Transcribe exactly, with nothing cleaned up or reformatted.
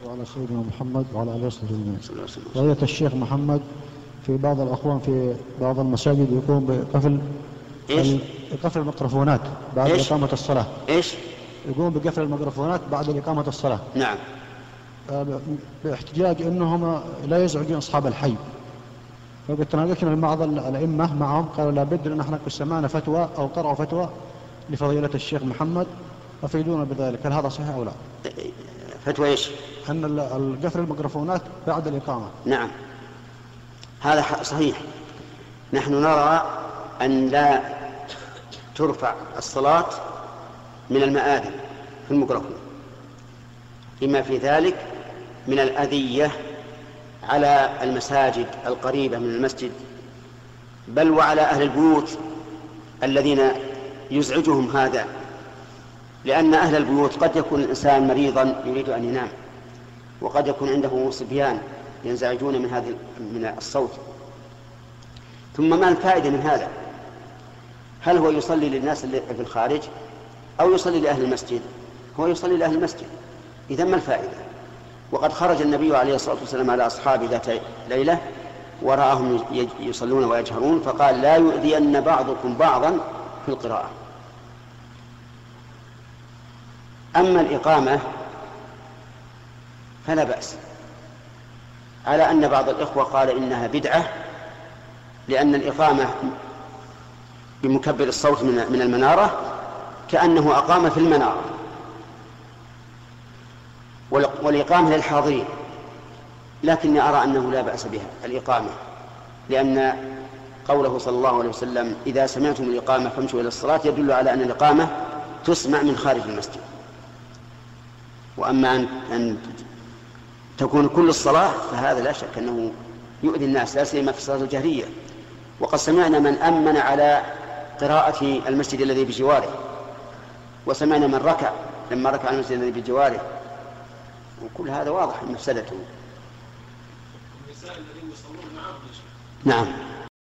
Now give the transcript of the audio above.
وعلى سيدنا محمد وعلى آله وصحبه أجمعين. فضيلة الشيخ محمد، في بعض الأخوان في بعض المساجد يقوم بقفل إيش؟ قفل الميكروفونات بعد إيش؟ إقامة الصلاة. إيش؟ يقوم بقفل الميكروفونات بعد إقامة الصلاة. نعم. باحتجاج أنهم لا يزعجون أصحاب الحي. فقد تناقشنا بعض الأئمة معهم، قالوا لابد أن نحن سمعنا فتوى أو قرأوا فتوى لفضيلة الشيخ محمد، أفيدونا بذلك، هل هذا صحيح أو لا؟ فتوى إيش؟ أن قفل الميكروفونات بعد الإقامة. نعم، هذا صحيح. نحن نرى أن لا ترفع الصلاة من المآذن في الميكروفون، لما في ذلك من الأذية على المساجد القريبة من المسجد، بل وعلى أهل البيوت الذين يزعجهم هذا، لأن أهل البيوت قد يكون الإنسان مريضا يريد أن ينام، وقد يكون عنده صبيان ينزعجون من هذا من الصوت. ثم ما الفائدة من هذا؟ هل هو يصلي للناس اللي في الخارج أو يصلي لأهل المسجد؟ هو يصلي لأهل المسجد، إذن ما الفائدة؟ وقد خرج النبي عليه الصلاة والسلام على أصحابه ذات ليلة ورآهم يصلون ويجهرون، فقال: لا يؤذين بعضكم بعضا في القراءة. أما الإقامة فلا بأس، على أن بعض الإخوة قال إنها بدعة، لأن الإقامة بمكبر الصوت من المنارة كأنه أقام في المنارة، والإقامة للحاضرين، لكني أرى أنه لا بأس بها الإقامة، لأن قوله صلى الله عليه وسلم: إذا سمعتم الإقامة فامشوا إلى الصلاة، يدل على أن الإقامة تسمع من خارج المسجد. وأما أن تكون كل الصلاة فهذا لا شك أنه يؤذي الناس، لا سيما في الصلاة الجهرية. وقد سمعنا من أمن على قراءة المسجد الذي بجواره، وسمعنا من ركع لما ركع المسجد الذي بجواره، وكل هذا واضح مفسدته. نعم.